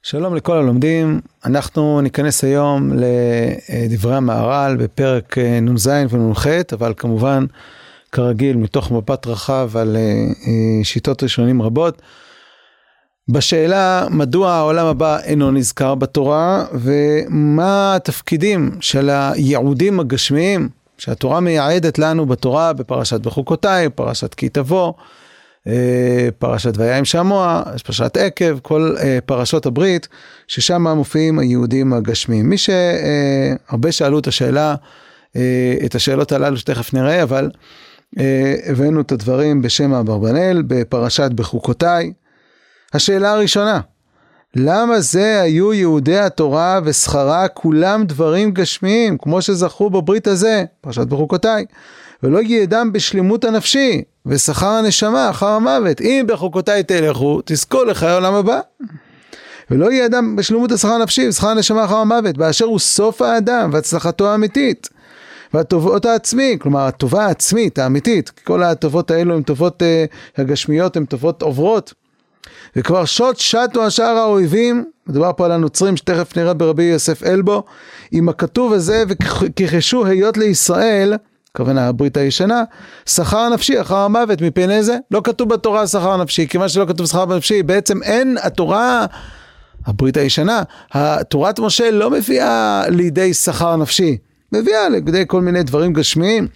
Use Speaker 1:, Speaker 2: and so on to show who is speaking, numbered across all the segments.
Speaker 1: שלום לכל הלומדים, אנחנו ניכנס היום לדברי המהר"ל בפרק נ"ז ונ"ח, אבל כמובן כרגיל מתוך מבט רחב על שיטות ראשונים רבות. בשאלה מדוע העולם הבא אינו נזכר בתורה ומה התפקידים של הייעודים הגשמיים שהתורה מייעדת לנו בתורה בפרשת בחוקותיי, פרשת כי תבוא, פרשת והיה עם שמוע, פרשת עקב, כל פרשות הברית ששם מופיעים היהודים הגשמיים. מי שהרבה שאלו את השאלות הללו שתכף נראה, אבל הבאנו את הדברים בשם אברבנאל בפרשת בחוקותיי. השאלה הראשונה, למה זה היו יהודי התורה ושכרה כולם דברים גשמיים כמו שזכו בברית הזה, פרשת בחוקותיי, ולא ידם בשלמות הנפשי ושכר הנשמה אחר המוות. אם בחוקותיי תלכו תזכו לחיי העולם הבא, ולא ידם בשלמות השכר הנפשי ושכר הנשמה אחר המוות, באשר הוא סוף האדם והצלחתו האמיתית והטובות העצמי, כלומר הטובה העצמית האמיתית, כל הטובות האלו הן טובות הגשמיות, הן טובות עוברות, וכבר שטו השאר האויבים, מדובר פה על הנוצרים שתכף נראה ברבי יוסף אלבו, עם הכתוב הזה וכיחשו היות לישראל, כוונה הברית הישנה, שכר נפשי אחר המוות. מפני זה לא כתוב בתורה שכר נפשי, כיוון שלא כתוב שכר נפשי, בעצם אין התורה, הברית הישנה, תורת משה לא מביאה לידי שכר נפשי, מביאה לידי כל מיני דברים גשמיים.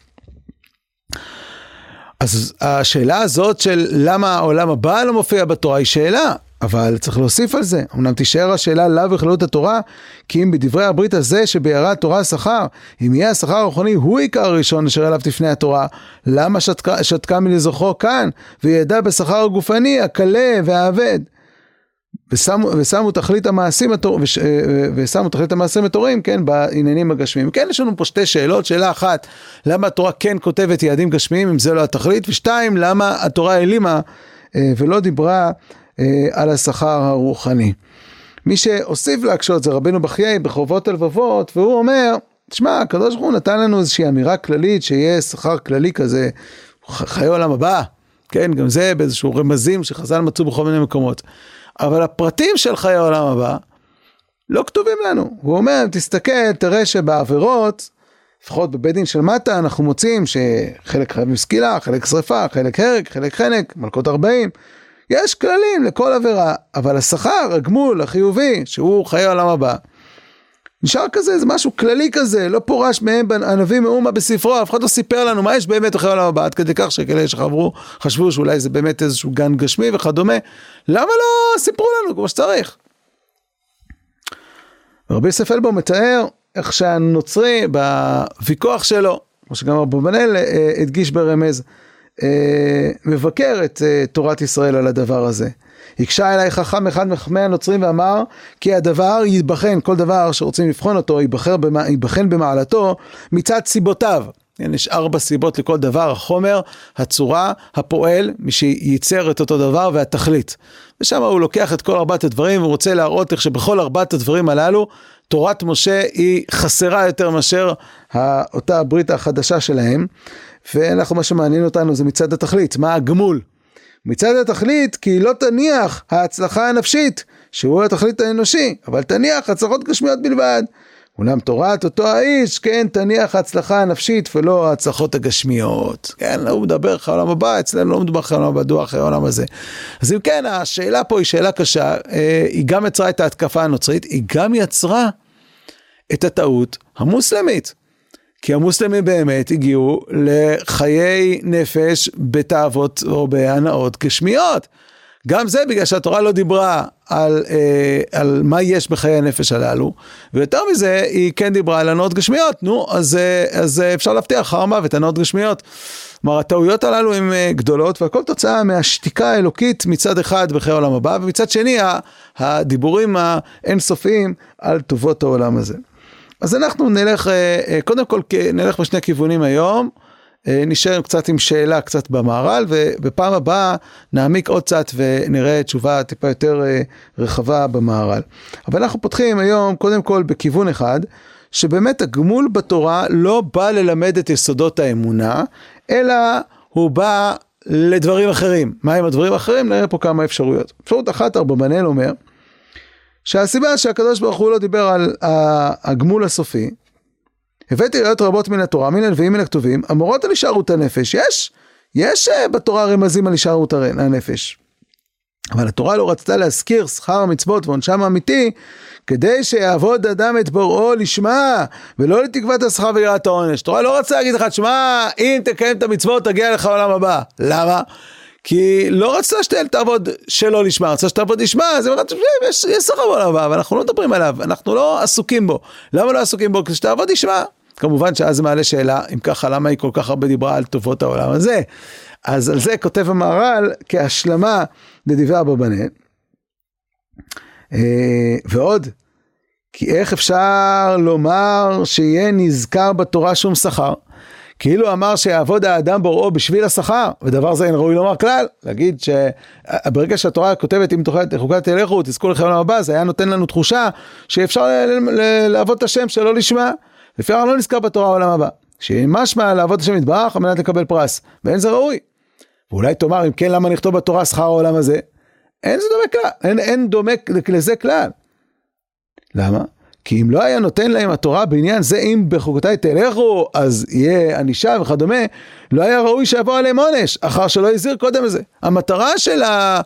Speaker 1: אז השאלה הזאת של למה העולם הבא לא מופיע בתורה היא שאלה, אבל צריך להוסיף על זה. אמנם תישאר השאלה לאו בכללות התורה, כי אם בדברי הברית הזה שבירה התורה שכר, אם יהיה השכר הרוחני הוא עיקר הראשון אשר אליו תפנה התורה, למה שתקה מלזוכו כאן, וידע בשכר הגופני הקלה והעבד, ושמו תכלית המעשים התורים, כן, בעניינים הגשמיים. כן, יש לנו פה שתי שאלות. שאלה אחת, למה התורה כן כותבת יעדים גשמיים אם זה לא התכלית, ושתיים, למה התורה העלימה ולא דיברה על השכר הרוחני. מי שהוסיף להקשות זה רבנו בחיי בחובות הלבבות, והוא אומר, תשמע, הקדוש ברוך הוא נתן לנו איזושהי אמירה כללית שיהיה שכר כללי כזה, חיי עולם הבא, כן, גם זה באיזשהו רמזים שחז"ל מצאו בכל מיני מקומות. אבל הפרטים של חיי העולם הבא לא כתובים לנו. הוא אומר, תסתכל, תראה שבעבירות, לפחות בבית דין של מטה, אנחנו מוצאים שחלק חייב מסקילה, חלק שריפה, חלק הרג, חלק חנק, מלכות 40. יש כללים לכל עבירה, אבל השכר, הגמול, החיובי, שהוא חיי העולם הבא, נשאר כזה, זה משהו כללי כזה, לא פורש מהם הנביא מאומה בספרו, אף אחד לא סיפר לנו מה יש באמת בחיי העולם הבא, עד כדי כך שכאלה חשבו שאולי זה באמת איזשהו גן גשמי וכדומה. למה לא סיפרו לנו כמו שצריך? רבי יוסף אלבו מתאר איך שהנוצרי בוויכוח שלו, כמו שגם אברבנאל הדגיש ברמז, מבקר את תורת ישראל על הדבר הזה. הקשה אליי חכם אחד מחכמי הנוצרים ואמר כי הדבר ייבחן, כל דבר שרוצים לבחון אותו ייבחן במעלתו מצד סיבותיו. יש 4 סיבות לכל דבר, החומר, הצורה, הפועל, מי שייצר את אותו דבר והתכלית. ושם הוא לוקח את כל 4 הדברים ורוצה להראות איך שבכל 4 הדברים הללו תורת משה היא חסרה יותר מאשר אותה הברית החדשה שלהם. ואנחנו, מה שמעניין אותנו זה מצד התכלית, מה הגמול? מצד התכלית, כי לא תניח ההצלחה הנפשית, שהוא התכלית האנושי, אבל תניח הצלחות גשמיות בלבד. אולם תורת אותו האיש, כן, תניח ההצלחה הנפשית ולא ההצלחות הגשמיות. כן, הוא מדבר אחרי העולם הבא, אצלנו לא מדובר אחרי העולם הבא, דוח אחרי העולם הזה. אז אם כן, השאלה פה היא שאלה קשה, היא גם יצרה את ההתקפה הנוצרית, היא גם יצרה את הטעות המוסלמית. כי המוסלמים באמת הגיעו לחיי נפש בתאוות או בהנאות גשמיות. גם זה בגלל שהתורה לא דיברה על מה יש בחיי הנפש הללו, ויותר מזה היא כן דיברה על הנאות גשמיות. נו, אז אפשר להבטיח אחר המוות הנאות גשמיות. כלומר, הטעויות הללו הן גדולות, והכל תוצאה מהשתיקה האלוקית מצד אחד בחיי העולם הבא, ומצד שני הדיבורים האינסופיים על טובות העולם הזה. אז אנחנו נלך, קודם כל נלך בשני כיוונים היום, נשאר קצת עם שאלה קצת במהר"ל, ובפעם הבאה נעמיק עוד קצת ונראה תשובה טיפה יותר רחבה במהר"ל. אבל אנחנו פותחים היום קודם כל בכיוון אחד, שבאמת הגמול בתורה לא בא ללמד את יסודות האמונה, אלא הוא בא לדברים אחרים. מה הם הדברים האחרים? נראה פה כמה אפשרויות. אפשרות אחת, אברבנאל אומר, שהסיבה שהקדוש ברוך הוא לא דיבר על הגמול הסופי, הבאתי ראיות רבות מן התורה, מן הנביאים מן הכתובים, אמורות על הישארות הנפש. יש בתורה רמזים על הישארות הנפש. אבל התורה לא רצתה להזכיר שכר המצוות ועונשם האמיתי, כדי שיעבוד אדם את בוראו לשמה, ולא לתקוות השכר ויראת העונש. התורה לא רצתה להגיד לך, שמע, אם תקיים את המצוות, תגיע לך העולם הבא. למה? כי לא רצתה שתעבוד שלא לשמה, רצתה שתעבוד לשמה, אז יש שכר בעולם הבא, אבל אנחנו לא מדברים עליו, אנחנו לא עסוקים בו. למה לא עסוקים בו? כשתעבוד לשמה. כמובן שאז זה מעלה שאלה, אם ככה, למה היא כל כך הרבה דיברה על טובות העולם הזה? אז על זה כותב המהר"ל כהשלמה לדברי אברבנאל. ועוד, כי איך אפשר לומר שיהיה נזכר בתורה שום שכר? כאילו אמר שיעבוד האדם בוראו בשביל השכר, ודבר זה אין ראוי לומר כלל, להגיד שברגע שהתורה כותבת אם חוקת תלכו, תזכו לכם לעולם הבא, זה היה נותן לנו תחושה שאפשר לעבוד את השם שלא לשמה, לפי לא נזכר בתורה העולם הבא, שמשמע לעבוד את השם יתברך על מנת לקבל פרס, ואין זה ראוי. ואולי תאמר, אם כן, למה נכתוב בתורה שכר העולם הזה? אין זה דומה כלל, אין דומה לזה כלל. למה? כי אם לא היה נותן להם התורה בעניין זה, אם בחוקותיי תלכו, אז יהיה ענישה וכדומה, לא היה ראוי שיבוא עליהם עונש, אחר שלא יזיר קודם לזה. המטרה של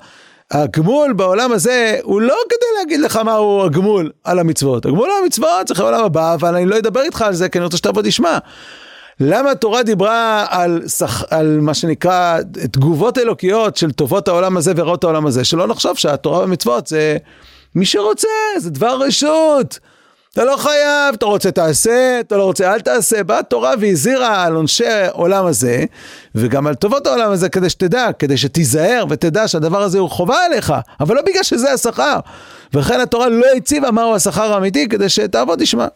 Speaker 1: הגמול בעולם הזה, הוא לא כדי להגיד לך מהו הגמול על המצוות. הגמול על המצוות צריך לעולם הבא, אבל אני לא אדבר איתך על זה, כי אני רוצה שתעבוד לשמה. למה התורה דיברה על מה שנקרא תגובות אלוקיות של טובות העולם הזה ורעות העולם הזה, שלא נחשוב שהתורה במצוות זה מי שרוצה, זה דבר רשות. אתה לא חייב, אתה רוצה תעשה, אתה לא רוצה אל תעשה. באה התורה והזהירה על עונשי העולם הזה, וגם על טובות העולם הזה, כדי שתדע, כדי שתיזהר ותדע שהדבר הזה הוא חובה עליך, אבל לא בגלל שזה השכר. וכן התורה לא הציבה מהו השכר האמיתי, כדי שתעבוד לשמה.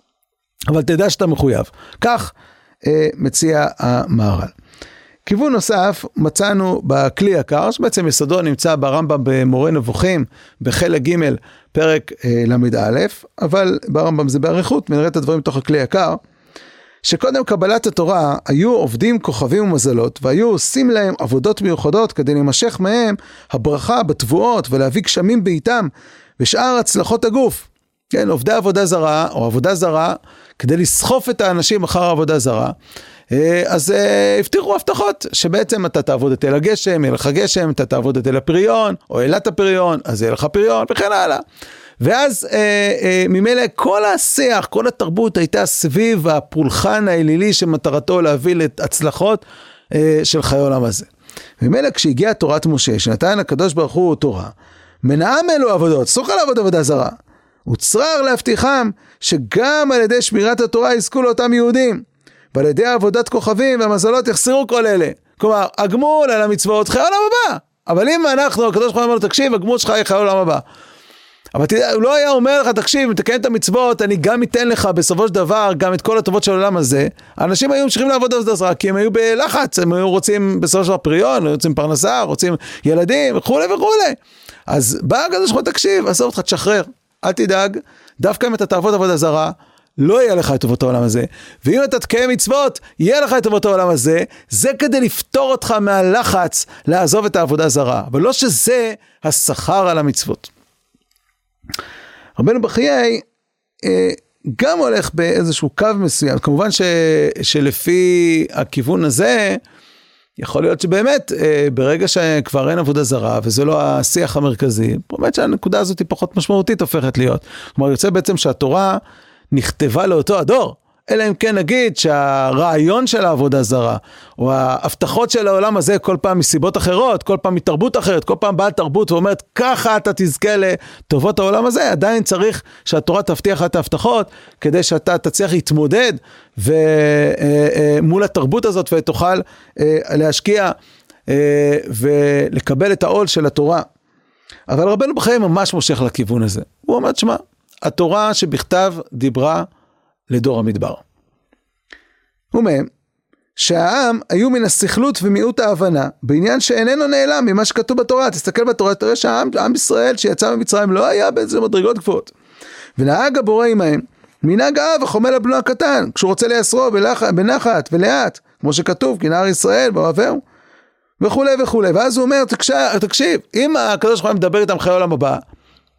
Speaker 1: אבל תדע שאתה מחויב. כך מציע המהר"ל. כיוון נוסף מצאנו בכלי יקר, שבעצם יסודו נמצא ברמב"ם במורה נבוכים, בחלק ג' פרק למ"א, אבל ברמב"ם זה באריכות, ונראה את הדברים תוך הכלי יקר, שקודם קבלת התורה היו עובדים כוכבים ומזלות, והיו עושים להם עבודות מיוחדות כדי להימשך מהם הברכה בתבואות ולהביא גשמים בעיתם ושאר הצלחות הגוף. כן, עובדי עבודה זרה או עבודה זרה, כדי לסחוף את האנשים אחר העבודה זרה, אז הבטיחו הבטחות, שבעצם אתה תעבוד את אל הגשם, יהיה לך גשם, אתה תעבוד את אל הפריון, או אלת הפריון, אז יהיה לך פריון, וכן הלאה. ואז ממילא כל השיח, כל התרבות הייתה סביב הפולחן האלילי, שמטרתו להביא להצלחות של חיי העולם הזה. ממילא כשהגיעה תורת משה, שנתן הקדוש ברוך הוא תורה, מנעם אלו עבודות, סוכה לעבוד עבודה זרה, וצרר להבטיחם שגם על ידי שמירת התורה יזכו לאותם יהודים, ועל ידי עבודת כוכבים והמזלות יחסרו כל אלה. כלומר, הגמול על המצוות חיי העולם הבא. אבל אם אנחנו, הקדוש ברוך הוא אומר לו, תקשיב, הגמול שלך יהיה חיי העולם הבא. אבל תדע, הוא לא היה אומר לך, תקשיב, אם תקיים את המצוות, אני גם אתן לך בסופו של דבר, גם את כל הטובות של העולם הזה. האנשים היו ממשיכים לעבוד עבודה זרה, כי הם היו בלחץ, הם היו רוצים בסופו של דבר פריון, רוצים פרנסה, רוצים ילדים, וכו' וכו'. אז בא הקדוש ברוך הוא, תקשיב, עזוב אותך, תשחרר, אל תדאג, דווקא אם אתה תעבוד עבודה זרה, לא יהיה לך את טובות העולם הזה, ואם אתה תקיים מצוות, יהיה לך את טובות העולם הזה, זה כדי לפתור אותך מהלחץ לעזוב את העבודה זרה, אבל לא שזה השכר על המצוות. רבנו בחיי גם הולך באיזשהו קו מסוים, כמובן שלפי הכיוון הזה, יכול להיות שבאמת ברגע שכבר אין עבודה זרה, וזה לא השיח המרכזי, באמת שהנקודה הזאת היא פחות משמעותית הופכת להיות. כלומר, יוצא בעצם שהתורה נכתבה לאותו הדור, אלא אם כן נגיד שהרעיון של העבודה זרה, או ההבטחות של העולם הזה כל פעם מסיבות אחרות, כל פעם מתרבות אחרת, כל פעם באה תרבות ואומרת, ככה אתה תזכה לטובות העולם הזה, עדיין צריך שהתורה תבטיח את ההבטחות, כדי שאתה תצליח להתמודד מול התרבות הזאת, ותוכל להשקיע ולקבל את העול של התורה. אבל רבנו בחיי ממש מושך לכיוון הזה. הוא אומר, שמה, התורה שבכתב דיברה לדור המדבר. הוא אומר שהעם היו מן הסכלות ומיעוט ההבנה, בעניין שאיננו נעלם ממה שכתוב בתורה. תסתכל בתורה, תראה שהעם ישראל שיצא ממצרים לא היה באיזה מדרגות גבוהות. ונהג הבורא עמהם, מנהג האב החומל הבנו הקטן, כשהוא רוצה לייסרו בנחת ולאט, כמו שכתוב, כי נער ישראל באוהבהו, וכו' וכו'. ואז הוא אומר, תקשיב, אם הקדוש ברוך הוא מדבר איתם חיי העולם הבא,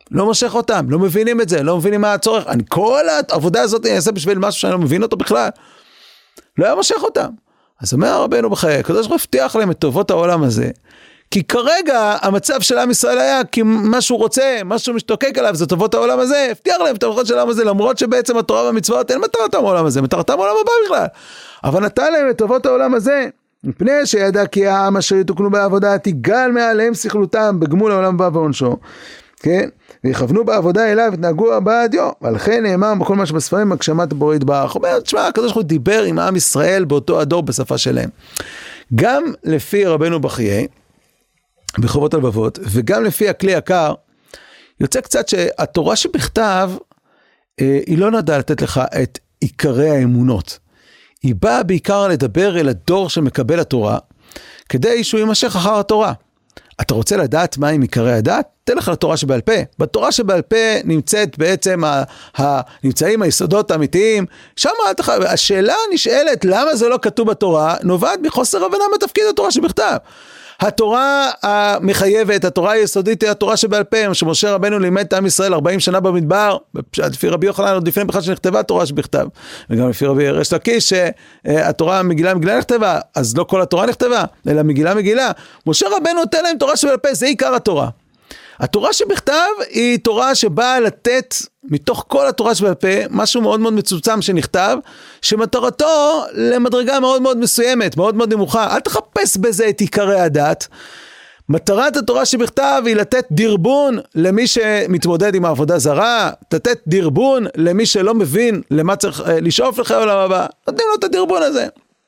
Speaker 1: לא מושך אותם, לא מבינים את זה, לא מבינים מה הצורך, כל העבודה הזאת אני אעשה בשביל משהו שאני לא מבין אותו בכלל, לא היה מושך אותם. אז אומר רבנו בחיי, הקדוש ברוך הוא הבטיח להם את טובות העולם הזה, כי כרגע המצב של עם ישראל היה, כי מה שהוא רוצה, מה שהוא משתוקק עליו, זה טובות העולם הזה, הבטיח להם את טובות של העולם הזה, למרות שבעצם התורה והמצוות אין מטרתם העולם הזה, מטרתם העולם הבא בכלל, אבל נתן להם את טובות העולם הזה, מפני שידע כי העם אשר יתוקנו בעבודה, תיגל מעליהם שכלותם בגמול העולם הבא ועונשו, כן? ויכוונו בעבודה אליו, התנהגו בעד יום, ולכן נאמר בכל מה שבספרים, הגשמת בורא יתברך. הוא אומר, תשמע, הקדוש ברוך הוא דיבר עם עם ישראל באותו הדור בשפה שלהם. גם לפי רבנו בחיי, בחובות הלבבות, וגם לפי הכלי יקר, יוצא קצת שהתורה שבכתב, היא לא נדעה לתת לך את עיקרי האמונות. היא באה בעיקר לדבר אל הדור שמקבל התורה, כדי שהוא יימשך אחר התורה. אתה רוצה לדעת מה עם עיקרי הדת? תן לך לתורה שבעל פה. בתורה שבעל פה נמצאת בעצם נמצאים היסודות האמיתיים. שם השאלה נשאלת למה זה לא כתוב בתורה, נובעת מחוסר הבנה מתפקיד התורה שבכתב. התורה המחייבת, התורה היסודית היא התורה שבעל פה, שמשה רבנו לימד את עם ישראל 40 שנה במדבר, לפי רבי יוחנן עוד לפני בכלל שנכתבה התורה שבכתב, וגם לפי רבי ריש לקיש שהתורה מגילה נכתבה, אז לא כל התורה נכתבה, אלא מגילה. משה רבנו נותן להם תורה שבעל פה, זה עיקר התורה. התורה שבכתב היא תורה שבאה לתת מתוך כל התורה שבעל פה, משהו מאוד מאוד מצומצם שנכתב, שמטרתו למדרגה מאוד מאוד מסוימת, מאוד מאוד נמוכה. אל תחפש בזה את עיקרי הדת. מטרת התורה שבכתב היא לתת דרבון למי שמתמודד עם העבודה זרה, לתת דרבון למי שלא מבין למה צריך לשאוף לחיי העולם הבא. נותנים לו את הדרבון הזה.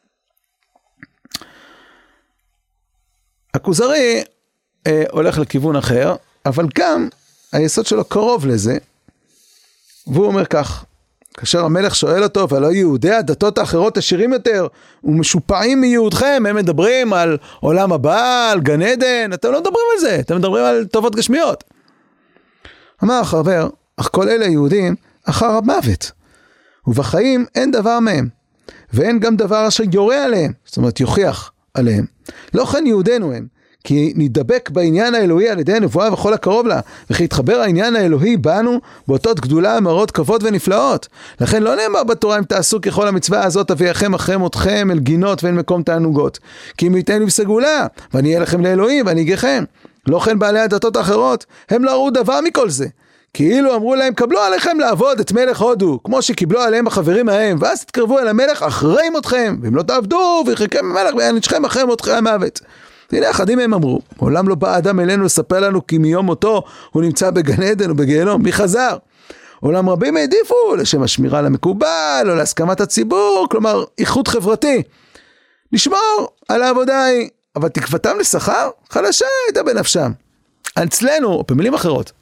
Speaker 1: הכוזרי הולך לכיוון אחר, אבל גם היסוד שלו קרוב לזה, והוא אומר כך, כאשר המלך שואל אותו, ולא יהודי הדתות האחרות עשירים יותר, ומשופעים מיהודכם, הם מדברים על עולם הבא, על גן עדן, אתם לא מדברים על זה, אתם מדברים על טובות גשמיות. אמר החבר, אך כל אלה יהודים אחר המוות, ובחיים אין דבר מהם, ואין גם דבר אשר יורה עליהם, זאת אומרת יוכיח עליהם. לא כן יהודינו הם, כי נדבק בעניין האלוהי על ידי הנבואה וכל הקרוב לה, וכי יתחבר העניין האלוהי בנו באותות גדולה, מאורות כבוד ונפלאות. לכן לא נאמר בתורה אם תעשו ככל המצווה הזאת, אביאכם אחרי מותכם אל גינות ואין מקום תענוגות. כי אם ייתן לי בסגולה, ואני אהיה לכם לאלוהים ואני אגיכם. לא כן בעלי הדתות האחרות, הם לא ראו דבר מכל זה. כאילו אמרו להם, קבלו עליכם לעבוד את מלך הודו, כמו שקיבלו עליהם החברים ההם, ואז תתקרבו אל המלך אחרי מותכם, ואם לא תעבדו, ויחכם המלך וינשכם אחרי מותכם המוות. הנה אחדים מהם אמרו, עולם לא בא אדם אלינו לספר לנו כי מיום מותו הוא נמצא בגן עדן ובגיהנום, מי חזר? עולם רבים העדיפו לשם השמירה למקובל או להסכמת הציבור, כלומר איכות חברתי. לשמור על העבודה היא, אבל תקוותם לשכר חלשה הייתה בנפשם. אצלנו, במילים אחרות.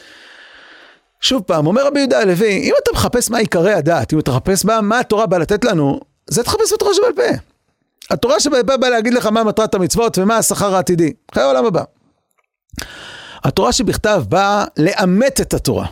Speaker 1: שוב פעם, אומר רבי יהודה הלוי, אם אתה מחפש מה עיקרי הדת, אם אתה מחפש מה התורה באה לתת לנו, זה תחפש בתורה שבעל פה. התורה שבעל פה באה להגיד לך מה מטרת המצוות ומה השכר העתידי. חיי העולם הבא. התורה שבכתב באה לאמת את התורה.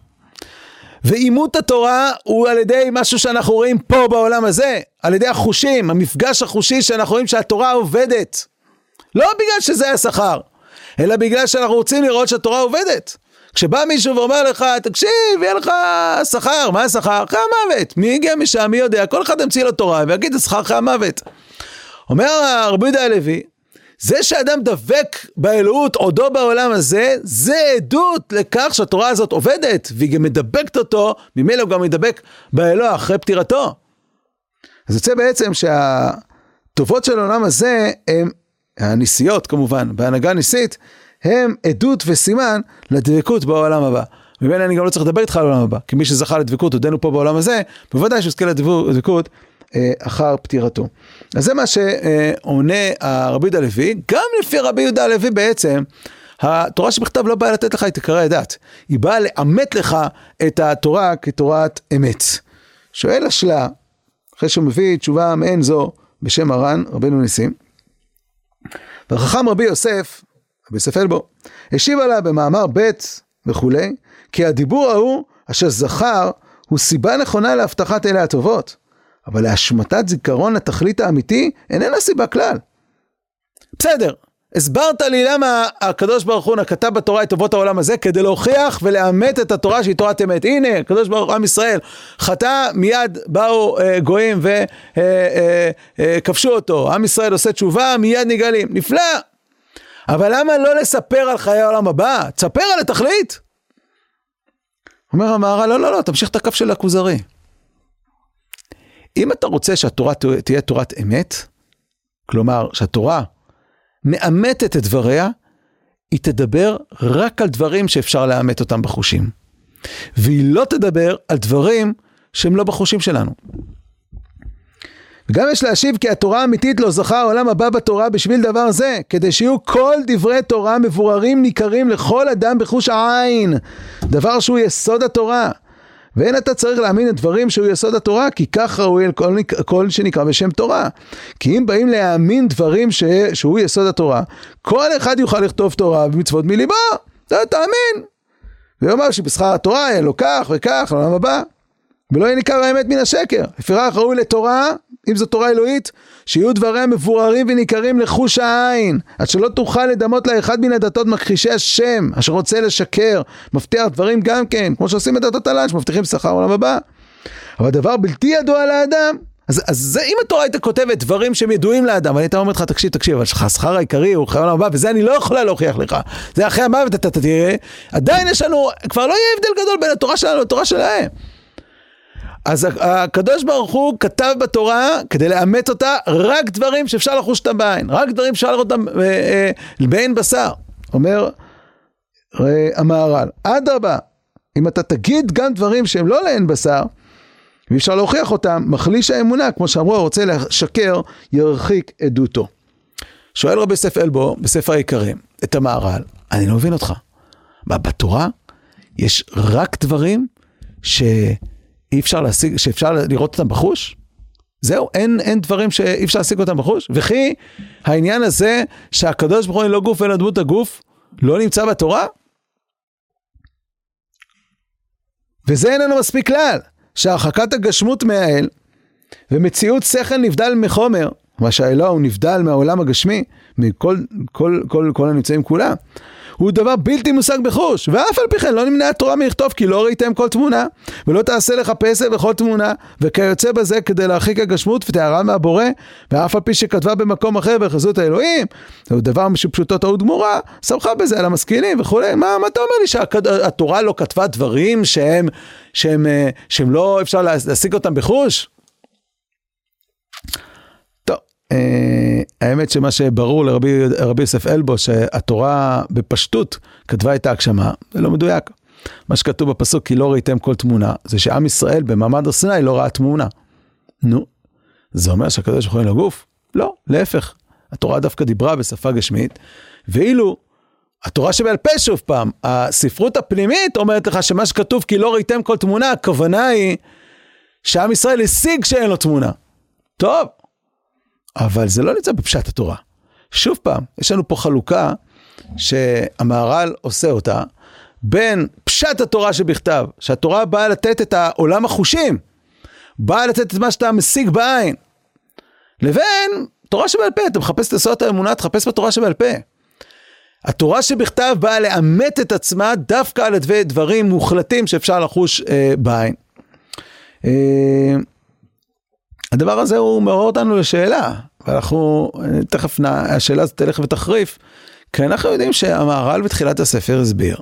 Speaker 1: ואימות התורה הוא על ידי משהו שאנחנו רואים פה בעולם הזה, על ידי החושים, המפגש החושי שאנחנו רואים שהתורה עובדת. לא בגלל שזה השכר, אלא בגלל שאנחנו רוצים לראות שהתורה עובדת. כשבא מישהו ואומר לך, תקשיב, יהיה לך שכר, מה השכר? אחרי המוות. מי הגיע משם, מי יודע, כל אחד ימציא לו תורה ויגיד את השכר אחרי המוות. אומר רבי יהודה הלוי, זה שאדם דבק באלוהות עודו בעולם הזה, זה עדות לכך שהתורה הזאת עובדת, והיא גם מדבקת אותו, ממילא הוא גם מדבק באלוה אחרי פטירתו. אז יוצא בעצם שהטובות של העולם הזה, הם הניסיות כמובן, בהנהגה ניסית, הם עדות וסימן לדבקות בעולם הבא. ממילא אני גם לא צריך לדבר איתך על העולם הבא, כי מי שזכה לדבקות עודנו פה בעולם הזה, בוודאי שיזכה לדבקות אחר פטירתו. אז זה מה שעונה הרבי יהודה הלוי. גם לפי רבי יהודה הלוי בעצם, התורה שבכתב לא באה לתת לך את עיקרי הדת, היא באה לאמת לך את התורה כתורת אמת. שואל השלה, אחרי שהוא מביא תשובה מעין זו בשם מרן, רבנו ניסים, והחכם רבי יוסף, רבי יוסף אלבו, השיב עליה במאמר ב' וכולי, כי הדיבור ההוא אשר זכר הוא סיבה נכונה להבטחת אלה הטובות, אבל להשמטת זיכרון לתכלית האמיתי איננה סיבה כלל. בסדר, הסברת לי למה הקדוש ברוך הוא כתב בתורה את טובות העולם הזה, כדי להוכיח ולאמת את התורה שהיא תורת אמת. הנה, הקדוש ברוך הוא, עם ישראל, חטא, מיד באו גויים וכבשו אותו. עם ישראל עושה תשובה, מיד נגאלים. נפלא. אבל למה לא לספר על חיי העולם הבא? תספר על התכלית. אומר המהר"ל, לא, תמשיך את הקו של הכוזרי. אם אתה רוצה שהתורה תהיה תורת אמת, כלומר שהתורה מאמתת את דבריה, היא תדבר רק על דברים שאפשר לאמת אותם בחושים. והיא לא תדבר על דברים שהם לא בחושים שלנו. וגם יש להשיב כי התורה האמיתית לא זכה העולם הבא בתורה בשביל דבר זה, כדי שיהיו כל דברי תורה מבוררים ניכרים לכל אדם בחוש העין, דבר שהוא יסוד התורה. ואין אתה צריך להאמין את דברים שהוא יסוד התורה, כי כך ראוי על כל שנקרא בשם תורה. כי אם באים להאמין דברים שהוא יסוד התורה, כל אחד יוכל לכתוב תורה ומצוות מליבו, תאמין. ויאמר שבשכר התורה יהיה לו כך וכך לעולם הבא, ולא יהיה ניכר האמת מן השקר. לפיכך ראוי לתורה, אם זו תורה אלוהית, שיהיו דבריה מבוררים וניכרים לחוש העין, עד שלא תוכל לדמות לה אחד מן הדתות מכחישי השם, אשר רוצה לשקר, מבטיח דברים גם כן, כמו שעושים את דתות הלן, שמבטיחים שכר עולם הבא. אבל דבר בלתי ידוע לאדם, אז זה אם התורה הייתה כותבת דברים שהם ידועים לאדם, אבל הייתה אומרת לך, תקשיב, אבל השכר העיקרי הוא חיי העולם הבא, וזה אני לא יכולה להוכיח לך, זה אחרי המוות אתה תראה, עדיין יש לנו, כבר לא יהיה הבדל גדול בין התורה שלנו לתורה שלהם. אז הקדוש ברוך הוא כתב בתורה, כדי לאמת אותה, רק דברים שאפשר לחוש אותם בעין, רק דברים שאפשר לראות אותם בעין בשר. אומר המהר"ל, אדרבה, אם אתה תגיד גם דברים שהם לא לעין בשר, ואפשר להוכיח אותם, מחליש האמונה, כמו שאמרו, רוצה לשקר, ירחיק עדותו. שואל רבי יוסף אלבו, בספר העיקרים, את המהר"ל, אני לא מבין אותך. בתורה יש רק דברים אי אפשר להשיג, שאפשר לראות אותם בחוש? זהו, אין דברים שאי אפשר להשיג אותם בחוש? וכי העניין הזה שהקדוש ברוך הוא לא גוף אלא דמות הגוף, לא נמצא בתורה? וזה איננו מספיק כלל, שהרחקת הגשמות מהאל, ומציאות שכל נבדל מחומר, מה שהאלוה הוא נבדל מהעולם הגשמי, מכל הנמצאים כולם, הוא דבר בלתי מושג בחוש, ואף על פי כן לא נמנע התורה מלכתוב, כי לא ראיתם כל תמונה, ולא תעשה לך פסל בכל תמונה, וכיוצא בזה כדי להרחיק הגשמות ותארה מהבורא, ואף על פי שכתבה במקום אחר בחזות האלוהים, זה דבר שפשוטו טעות גמורה, סמכה בזה על המשכילים וכו'. מה אתה אומר לי שהתורה לא כתבה דברים שהם לא אפשר להשיג אותם בחוש? האמת שמה שברור לרבי יוסף אלבו, שהתורה בפשטות כתבה את ההגשמה, זה לא מדויק. מה שכתוב בפסוק, כי לא ראיתם כל תמונה, זה שעם ישראל במעמד הר סיני לא ראה תמונה. נו, זה אומר שהקדוש ברוך הוא אין לו גוף? לא, להפך. התורה דווקא דיברה בשפה גשמית, ואילו התורה שבעל פה שוב פעם, הספרות הפנימית אומרת לך שמה שכתוב, כי לא ראיתם כל תמונה, הכוונה היא שעם ישראל השיג שאין לו תמונה. טוב. אבל זה לא נמצא בפשט התורה. שוב פעם, יש לנו פה חלוקה שהמהר"ל עושה אותה, בין פשט התורה שבכתב, שהתורה באה לתת את העולם החושים, באה לתת את מה שאתה משיג בעין, לבין תורה שבעל פה, אתה מחפש את הסוד האמונה, תחפש בתורה שבעל פה. התורה שבכתב באה לאמת את עצמה, דווקא על דברים מוחלטים שאפשר לחוש בעין. הדבר הזה הוא מעורר אותנו לשאלה, ואנחנו תכף השאלה הזאת תלך ותחריף, כי אנחנו יודעים שהמהר"ל בתחילת הספר הסביר,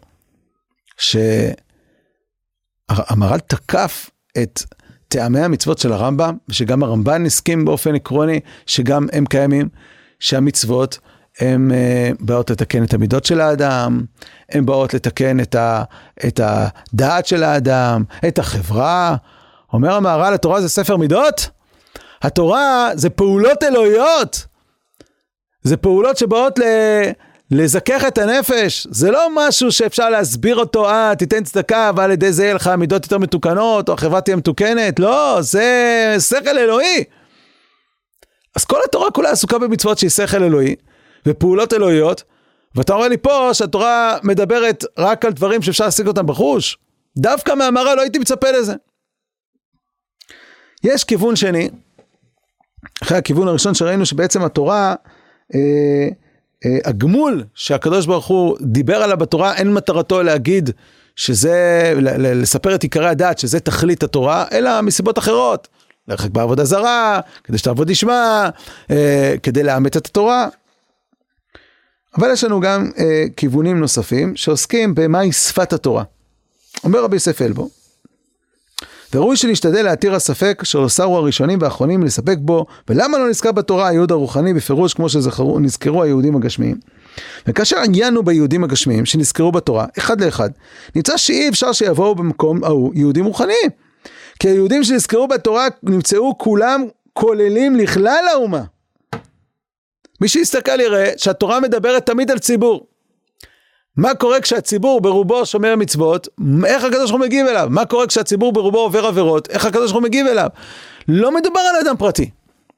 Speaker 1: שהמהר"ל תקף את טעמי המצוות של הרמב"ם, ושגם הרמב"ן הסכים באופן עקרוני, שגם הם קיימים, שהמצוות הן באות לתקן את המידות של האדם, הן באות לתקן את הדעת של האדם, את החברה. אומר המהר"ל, התורה זה ספר מידות? התורה זה פעולות אלוהיות, זה פעולות שבאות לזכך את הנפש, זה לא משהו שאפשר להסביר אותו, תיתן צדקה ועל ידי זה יהיה לך מידות יותר מתוקנות, או החברה תהיה מתוקנת, לא, זה שכל אלוהי. אז כל התורה כולה עסוקה במצוות שהיא שכל אלוהי, ופעולות אלוהיות, ואתה אומר לי פה שהתורה מדברת רק על דברים שאפשר להשיג אותם בחוש, דווקא מהמהר"ל לא הייתי מצפה לזה. יש כיוון שני, אחרי הכיוון הראשון שראינו שבעצם התורה הגמול שהקדוש ברוך הוא דיבר עליו בתורה, אין מטרתו להגיד שזה, לספר את עיקרי הדת, שזה תכלית התורה, אלא מסיבות אחרות. להרחק בעבודה זרה, כדי שתעבוד ישמע, כדי לאמת את התורה. אבל יש לנו גם כיוונים נוספים, שעוסקים במהי שפת התורה. אומר רבי יוסף אלבו, וראוי שנשתדל להתיר הספק שלא סרו הראשונים והאחרונים לספק בו, ולמה לא נזכר בתורה הייעוד הרוחני בפירוש כמו שנזכרו היהודים הגשמיים. וכאשר עיינו ביהודים הגשמיים שנזכרו בתורה, אחד לאחד, נמצא שאי אפשר שיבואו במקום ההוא יהודים רוחניים. כי היהודים שנזכרו בתורה נמצאו כולם כוללים לכלל האומה. מי שיסתכל יראה שהתורה מדברת תמיד על ציבור. מה קורה כשהציבור ברובו שומר מצוות? איך הקדוש ברוך הוא מגיב אליו? מה קורה כשהציבור ברובו עובר עבירות? איך הקדוש ברוך הוא מגיב אליו? לא מדובר על אדם פרטי.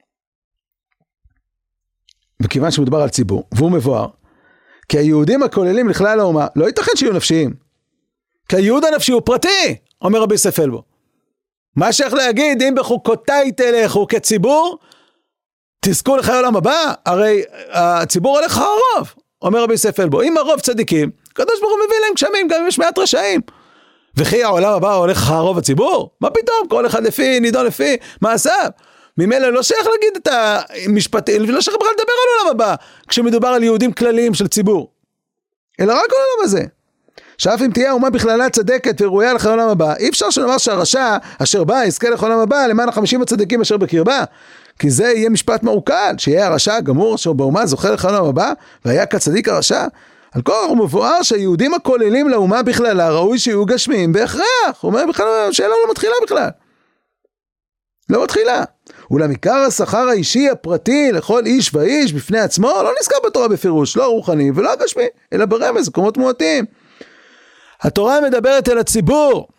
Speaker 1: וכיוון שמדובר על ציבור, והוא מבואר, כי היהודים הכוללים לכלל האומה, לא ייתכן שיהיו נפשיים. כי היהוד הנפשי הוא פרטי, אומר רבי יוסף אלבו. מה שייך להגיד, אם בחוקותיי תלכו כציבור, תזכו לחיי עולם הבא, הרי הציבור הולך הרוב, אומר רבי יוסף אלבו. אם הרוב צדיקים, הקדוש ברוך הוא מביא להם גשמים, גם אם יש מעט רשעים. וכי העולם הבא הולך הרוב הציבור? מה פתאום? כל אחד לפי, נידון לפי מעשיו. ממילא לא שייך להגיד את המשפטים, לא שייך בכלל לדבר על העולם הבא, כשמדובר על יהודים כלליים של ציבור. אלא רק על העולם הזה. שאף אם תהיה האומה בכללה צדקת וראויה לחיי עולם הבא, אי אפשר שנאמר שהרשע אשר בא יזכה לחיי עולם הבא למען 50 הצדיקים אשר בקרבה. כי זה יהיה משפט מעוקל, שיהיה הרשע הגמור אשר באומה זוכה לחיי עולם הבא, והיה כצדיק הרשע. על כל הוא מבואר שהיהודים הכוללים לאומה בכללה ראוי שיהיו גשמיים בהכרח. הוא אומר בכלל, השאלה לא מתחילה בכלל. לא מתחילה. אולם עיקר השכר האישי הפרטי לכל איש ואיש בפני עצמו לא נזכר בתורה בפירוש, לא רוחני ולא גשמי, אלא ברמז, מקומות מועטים. התורה מדברת אל הציבור.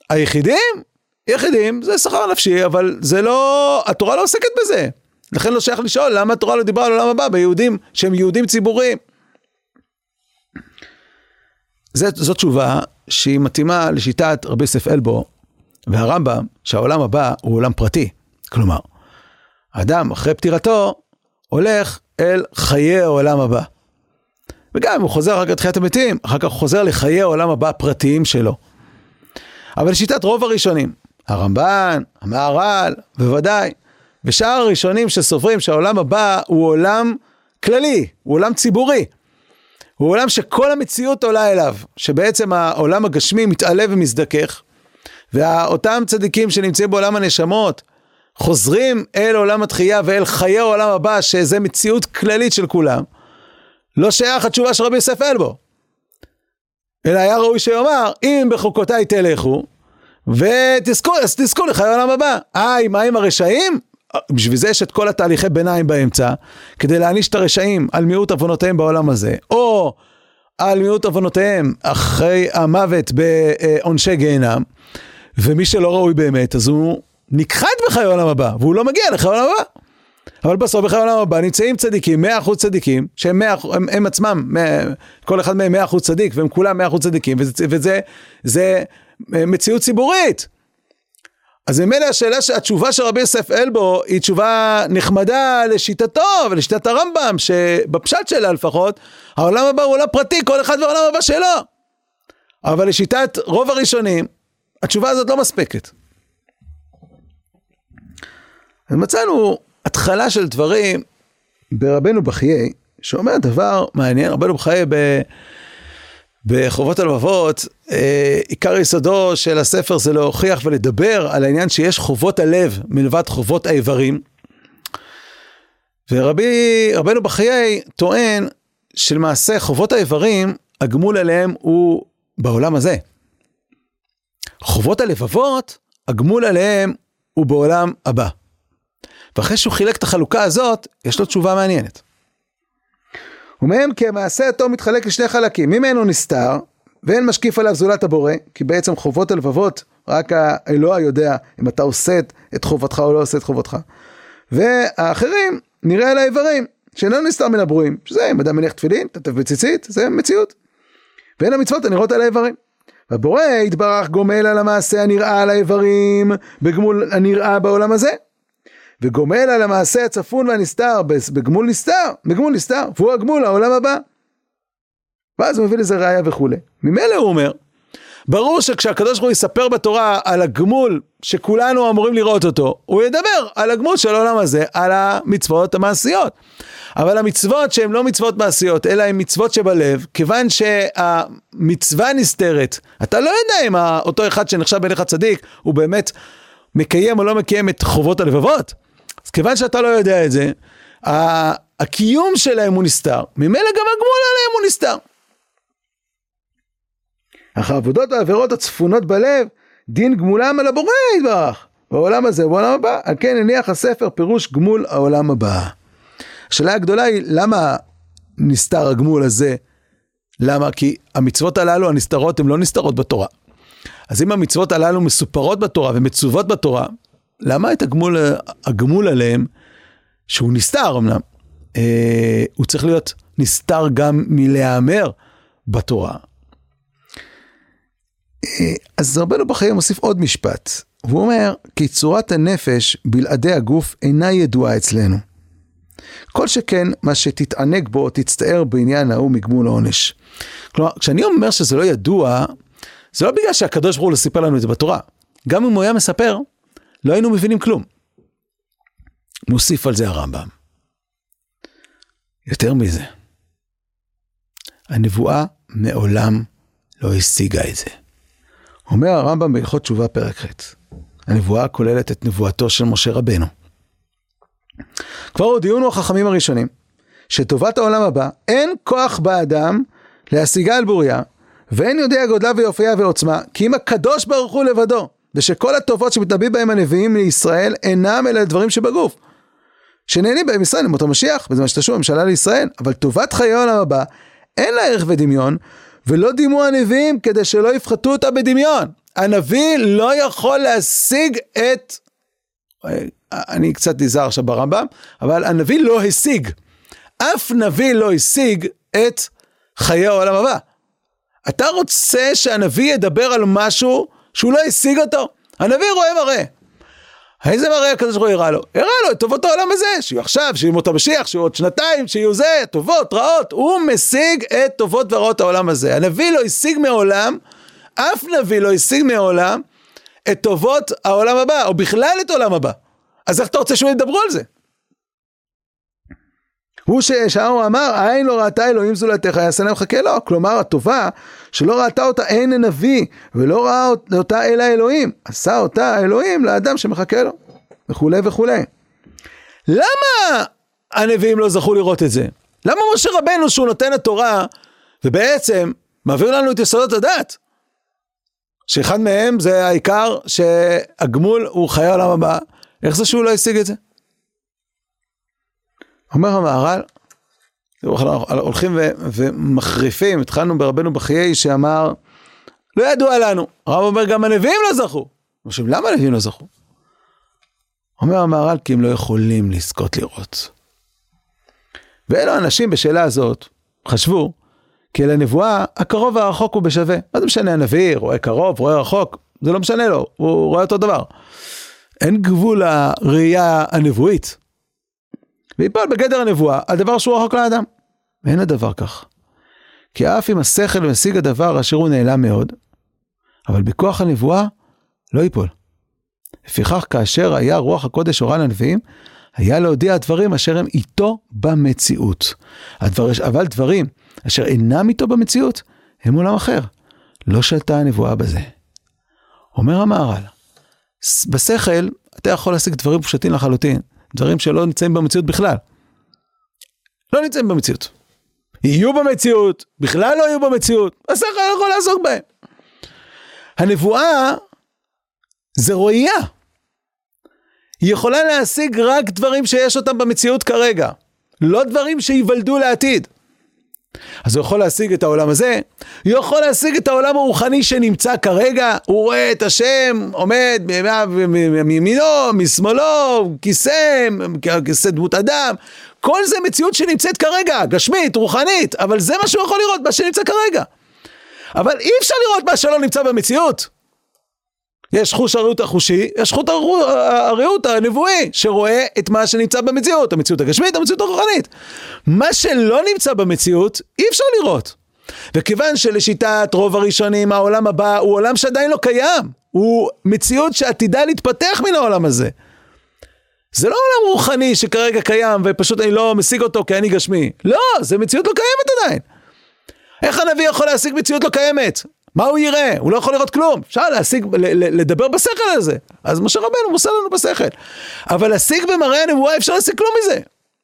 Speaker 1: יחידים זה שכר נפשי, אבל זה לא, התורה לא עוסקת בזה. לכן לא שייך לשאול למה התורה לא דיברה על העולם הבא ביהודים שהם יהודים ציבוריים. זו תשובה שהיא מתאימה לשיטת רבי יוסף אלבו והרמב"ם, שהעולם הבא הוא עולם פרטי. כלומר, האדם אחרי פטירתו הולך אל חיי העולם הבא. וגם אם הוא חוזר אחר כך לתחיית המתים, אחר כך הוא חוזר לחיי העולם הבא הפרטיים שלו. אבל לשיטת רוב הראשונים, הרמב"ן, המהר"ל, בוודאי, ושאר הראשונים שסוברים שהעולם הבא הוא עולם כללי, הוא עולם ציבורי, הוא עולם שכל המציאות עולה אליו, שבעצם העולם הגשמי מתעלה ומזדכך, ואותם צדיקים שנמצאים בעולם הנשמות, חוזרים אל עולם התחייה ואל חיי העולם הבא, שזה מציאות כללית של כולם, לא שייך התשובה של רבי יוסף אלבו. אלא היה ראוי שיאמר, אם בחוקותיי תלכו, ותזכו לחיי העולם הבא. מה עם הרשעים? בשביל זה יש את כל התהליכי ביניים באמצע, כדי להעניש את הרשעים על מיעוט עוונותיהם בעולם הזה, או על מיעוט עוונותיהם אחרי המוות בעונשי גיהנם, ומי שלא ראוי באמת, אז הוא נכחד בחיי העולם הבא, והוא לא מגיע לחיי העולם הבא. אבל בסוף בחיי העולם הבא נמצאים צדיקים, 100% צדיקים, שהם הם עצמם, כל אחד מהם 100% צדיק, והם כולם 100% צדיקים, וזה מציאות ציבורית. אז ממילא התשובה של רבי יוסף אלבו היא תשובה נחמדה לשיטתו ולשיטת הרמב"ם, שבפשט שלה לפחות, העולם הבא הוא עולם פרטי, כל אחד והעולם הבא שלו. אבל לשיטת רוב הראשונים, התשובה הזאת לא מספקת. אז מצאנו התחלה של דברים ברבנו בחיי, שאומר דבר מעניין. רבנו בחיי בחובות הלבבות, עיקר יסודו של הספר זה להוכיח ולדבר על העניין שיש חובות הלב מלבד חובות האיברים. ורבנו בחיי טוען שלמעשה חובות האיברים, הגמול עליהם הוא בעולם הזה. חובות הלבבות, הגמול עליהם הוא בעולם הבא. ואחרי שהוא חילק את החלוקה הזאת, יש לו תשובה מעניינת. ומהם כי המעשה הטוב מתחלק לשני חלקים, ממנו נסתר, ואין משקיף עליו זולת הבורא, כי בעצם חובות הלבבות, רק האלוה יודע אם אתה עושה את חובתך או לא עושה את חובתך. והאחרים נראה על האיברים, שאיננו נסתר מן הברואים, שזה אם אדם מניח תפילין, תטף בציצית, זה מציאות. ואין המצוות הנראות על האיברים. והבורא יתברך גומל על המעשה הנראה על האיברים, בגמול הנראה בעולם הזה. וגומל על המעשה הצפון והנסתר בגמול נסתר, והוא הגמול העולם הבא. ואז הוא מביא לזה ראיה וכו'. ממילא הוא אומר, ברור שכשהקדוש ברוך הוא יספר בתורה על הגמול שכולנו אמורים לראות אותו, הוא ידבר על הגמול של העולם הזה, על המצוות המעשיות. אבל המצוות שהן לא מצוות מעשיות, אלא הן מצוות שבלב, כיוון שהמצווה נסתרת, אתה לא יודע אם אותו אחד שנחשב בעיניך צדיק, הוא באמת מקיים או לא מקיים את חובות הלבבות. אז כיוון שאתה לא יודע את זה, הקיום שלהם הוא נסתר, ממילא גם הגמול עליהם הוא נסתר. אך העבודות והעבירות הצפונות בלב, דין גמולם על הבורא יתברך, בעולם הזה ובעולם הבא. על כן הניח הספר פירוש גמול העולם הבא. השאלה הגדולה היא, למה נסתר הגמול הזה? למה? כי המצוות הללו הנסתרות הן לא נסתרות בתורה. אז אם המצוות הללו מסופרות בתורה ומצוות בתורה, למה את הגמול עליהם, שהוא נסתר אמנם, הוא צריך להיות נסתר גם מלהיאמר בתורה. אז רבנו בחיי מוסיף עוד משפט, והוא אומר, כי צורת הנפש בלעדי הגוף אינה ידועה אצלנו. כל שכן מה שתתענג בו, תצטער בעניין ההוא מגמול העונש. כלומר, כשאני אומר שזה לא ידוע, זה לא בגלל שהקדוש ברוך הוא לא סיפר לנו את זה בתורה. גם אם הוא היה מספר, לא היינו מבינים כלום. מוסיף על זה הרמב"ם. יותר מזה, הנבואה מעולם לא השיגה את זה. אומר הרמב"ם בהלכות תשובה פרק ח', הנבואה כוללת את נבואתו של משה רבנו. כבר הודיעונו החכמים הראשונים, שטובת העולם הבא, אין כוח באדם להשיגה על בוריה, ואין יודע גודלה ויופייה ועוצמה, כי אם הקדוש ברוך הוא לבדו, ושכל הטובות שמתנבאים בהם הנביאים לישראל, אינם אלה דברים שבגוף. שנהנים בהם ישראל למות המשיח, בזמן שתשוב הממשלה לישראל, אבל טובת חיי העולם הבא, אין לה ערך ודמיון, ולא דימו הנביאים כדי שלא יפחתו אותה בדמיון. הנביא לא יכול להשיג את, אני קצת נזהר עכשיו ברמב"ם, אבל הנביא לא השיג, אף נביא לא השיג את חיי העולם הבא. אתה רוצה שהנביא ידבר על משהו שהוא לא השיג אותו? הנביא רואה מראה. איזה מראה הקדוש ברוך הוא הראה לו? הראה לו את טובות העולם הזה, שיהיו עכשיו, שיהיו מות המשיח, שיהיו עוד שנתיים, שיהיו זה, טובות, רעות. הוא משיג את טובות ורעות העולם הזה. הנביא לא השיג מעולם, אף נביא לא השיג מעולם את טובות העולם הבא, או בכלל את העולם הבא. אז איך אתה רוצה שהוא ידברו על זה? הוא שהוא אמר, העין לא ראתה אלוהים זולתך, יעשה להם חכה לו. כלומר, הטובה שלא ראתה אותה אין הנביא, ולא ראה אותה אלא אלוהים, עשה אותה האלוהים לאדם שמחכה לו, וכו' וכו'. למה הנביאים לא זכו לראות את זה? למה משה רבנו שהוא נותן התורה, ובעצם מעביר לנו את יסודות הדת, שאחד מהם זה העיקר שהגמול הוא חיי העולם הבא, איך זה שהוא לא השיג את זה? אומר המהר"ל, הולכים ומחריפים, התחלנו ברבנו בחיי שאמר, לא ידוע לנו. הרב אומר, גם הנביאים לא זכו. חושבים, למה הנביאים לא זכו? אומר המהר"ל, כי הם לא יכולים לזכות לראות. ואלו אנשים בשאלה הזאת חשבו, כי לנבואה הקרוב והרחוק הוא בשווה. מה זה משנה הנביא, רואה קרוב, רואה רחוק, זה לא משנה לו, הוא רואה אותו דבר. אין גבול לראייה הנבואית. ויפול בגדר הנבואה, הדבר שהוא רחוק לאדם. ואין הדבר כך. כי אף אם השכל משיג הדבר אשר הוא נעלם מאוד, אבל בכוח הנבואה לא ייפול. לפיכך כאשר היה רוח הקודש הורה לנביאים, היה להודיע הדברים אשר הם איתו במציאות. אבל דברים אשר אינם איתו במציאות, הם עולם אחר. לא שלטה הנבואה בזה. אומר המהר"ל, בשכל אתה יכול להשיג דברים פשוטים לחלוטין, דברים שלא נמצאים במציאות בכלל. לא נמצאים במציאות. יהיו במציאות, בכלל לא יהיו במציאות, השכל יכול לעסוק בהם. הנבואה זה ראייה. היא יכולה להשיג רק דברים שיש אותם במציאות כרגע, לא דברים שיוולדו לעתיד. אז הוא יכול להשיג את העולם הזה, הוא יכול להשיג את העולם הרוחני שנמצא כרגע, הוא רואה את השם, עומד מימינו, משמאלו, כיסא דמות אדם, כל זה מציאות שנמצאת כרגע, גשמית, רוחנית, אבל זה מה שהוא יכול לראות, מה שנמצא כרגע. אבל אי אפשר לראות מה שלא נמצא במציאות. יש חוש הראות החושי, יש חוש הראות הנבואי, שרואה את מה שנמצא במציאות, המציאות הגשמית, המציאות הרוחנית. מה שלא נמצא במציאות, אי אפשר לראות. וכיוון שלשיטת רוב הראשונים, העולם הבא הוא עולם שעדיין לא קיים, הוא מציאות שעתידה להתפתח מן העולם הזה. זה לא עולם רוחני שכרגע קיים, ופשוט אני לא משיג אותו כי אני גשמי. לא, זה מציאות לא קיימת עדיין. איך הנביא יכול להשיג מציאות לא קיימת? מה הוא יראה? הוא לא יכול לראות כלום. אפשר להשיג, לדבר בשכל הזה. אז משה רבנו מוסר לנו בשכל. אבל להשיג במראה הנבואה, אפשר להשיג כלום מזה.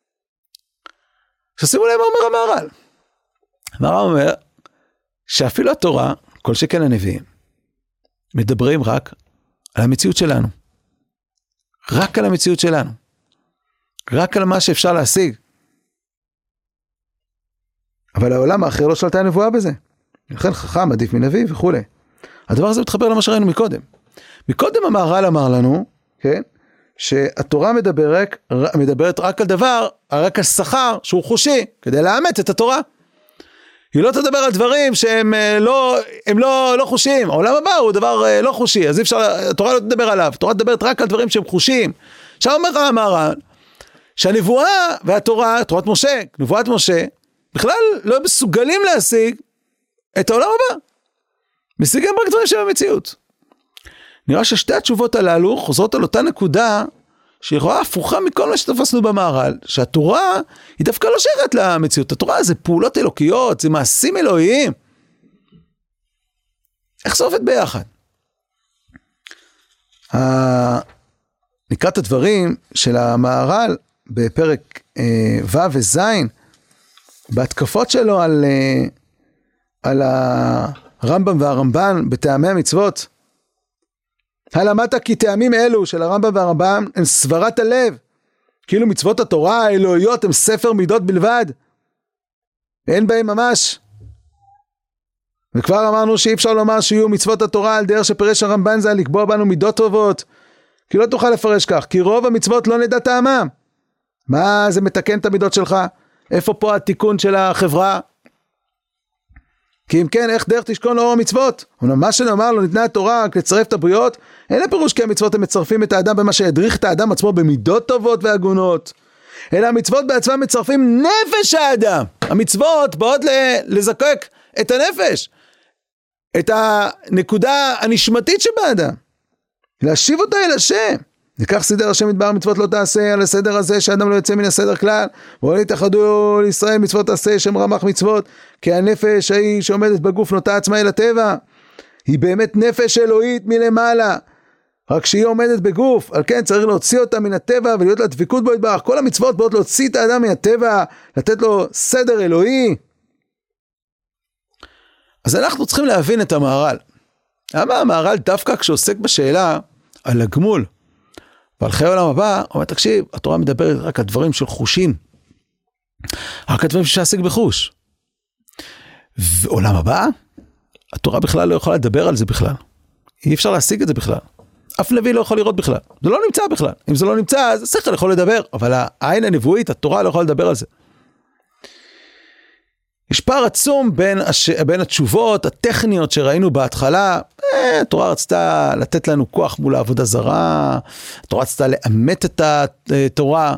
Speaker 1: ששימו להם מה אומר המהר"ל. המהר"ל אומר, שאפילו התורה, כל שכן הנביאים, מדברים רק על המציאות שלנו. רק על המציאות שלנו. רק על מה שאפשר להשיג. אבל העולם האחר לא שלטה הנבואה בזה. לכן חכם עדיף מנביא וכו'. הדבר הזה מתחבר למה שראינו מקודם. מקודם המהר"ל אמר לנו, כן, שהתורה מדברת רק על דבר, רק על שכר שהוא חושי, כדי לאמת את התורה. היא לא תדבר על דברים שהם לא חושיים. העולם הבא הוא דבר לא חושי, אז אי אפשר, התורה לא תדבר עליו. התורה תדברת רק על דברים שהם חושיים. עכשיו אומר המהר"ל, שהנבואה והתורה, תורת משה, נבואת משה, בכלל לא מסוגלים להשיג את העולם הבא. משיגים רק דברים שבמציאות. נראה ששתי התשובות הללו חוזרות על אותה נקודה, שהיא רואה הפוכה מכל מה שתפסנו במהר"ל, שהתורה היא דווקא לא שייכת למציאות. התורה זה פעולות אלוקיות, זה מעשים אלוהיים. איך זה עובד ביחד? נקרא את הדברים של המהר"ל בפרק ו' וז' בהתקפות שלו על הרמב"ם והרמב"ן בטעמי המצוות. הלמדת כי טעמים אלו של הרמב"ם והרמב"ם הם סברת הלב, כאילו מצוות התורה האלוהיות הם ספר מידות בלבד, אין בהם ממש. וכבר אמרנו שאי אפשר לומר שיהיו מצוות התורה על דרך שפרש הרמב"ן זה לקבוע בנו מידות טובות, כי לא תוכל לפרש כך, כי רוב המצוות לא נדע טעמם. מה זה מתקן את המידות שלך? איפה פה התיקון של החברה? כי אם כן, איך דרך תשכון לאור המצוות? מה שנאמר לו, ניתנה התורה רק לצרף את הבריות, אין לפירוש כי המצוות הם מצרפים את האדם במה שהדריך את האדם עצמו במידות טובות והגונות, אלא המצוות בעצמם מצרפים נפש האדם. המצוות באות לזקק את הנפש, את הנקודה הנשמתית שבאדם, להשיב אותה אל השם. וכך סידר השם מדבר מצוות לא תעשה, על הסדר הזה שאדם לא יוצא מן הסדר כלל, ואולי יתאחדו לישראל מצוות תעשה, שם רמ"ח מצוות, כי הנפש ההיא שעומדת בגוף נוטה עצמה אל הטבע, היא באמת נפש אלוהית מלמעלה, רק שהיא עומדת בגוף, על כן צריך להוציא אותה מן הטבע ולהיות לה דבקות בו יתברך. כל המצוות באות להוציא את האדם מהטבע, לתת לו סדר אלוהי. אז אנחנו צריכים להבין את המהר"ל. למה המהר"ל דווקא כשעוסק בשאלה על הגמול ועל חיי העולם הבא, הוא אומר, תקשיב, התורה מדברת רק על דברים של חושים, רק על דברים שעסק בחוש. ועולם הבא, התורה בכלל לא יכולה לדבר על זה בכלל. אי אפשר להשיג את זה בכלל. אף נביא לא יכול לראות בכלל. זה לא נמצא בכלל. אם זה לא נמצא, אז השכל יכול לדבר, אבל העין הנבואית, התורה לא יכולה לדבר על זה. יש פער עצום בין התשובות הטכניות שראינו בהתחלה. התורה רצתה לתת לנו כוח מול העבודה זרה, התורה רצתה לאמת את התורה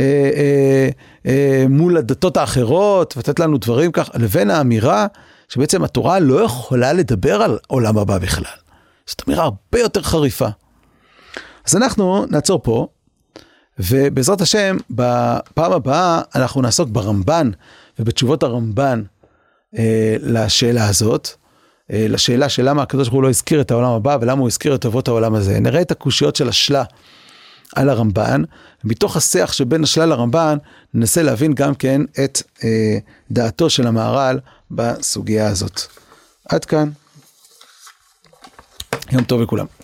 Speaker 1: מול הדתות האחרות, ותת לנו דברים כך, לבין האמירה שבעצם התורה לא יכולה לדבר על עולם הבא בכלל. זאת אמירה הרבה יותר חריפה. אז אנחנו נעצור פה, ובעזרת השם, בפעם הבאה אנחנו נעסוק ברמב"ן, ובתשובות הרמב"ן לשאלה הזאת, לשאלה של למה הקדוש ברוך הוא לא הזכיר את העולם הבא, ולמה הוא הזכיר את אבות העולם הזה. נראה את הקושיות של השלה על הרמב"ן, מתוך השיח שבין השלה לרמב"ן, ננסה להבין גם כן את דעתו של המהר"ל בסוגיה הזאת. עד כאן. יום טוב לכולם.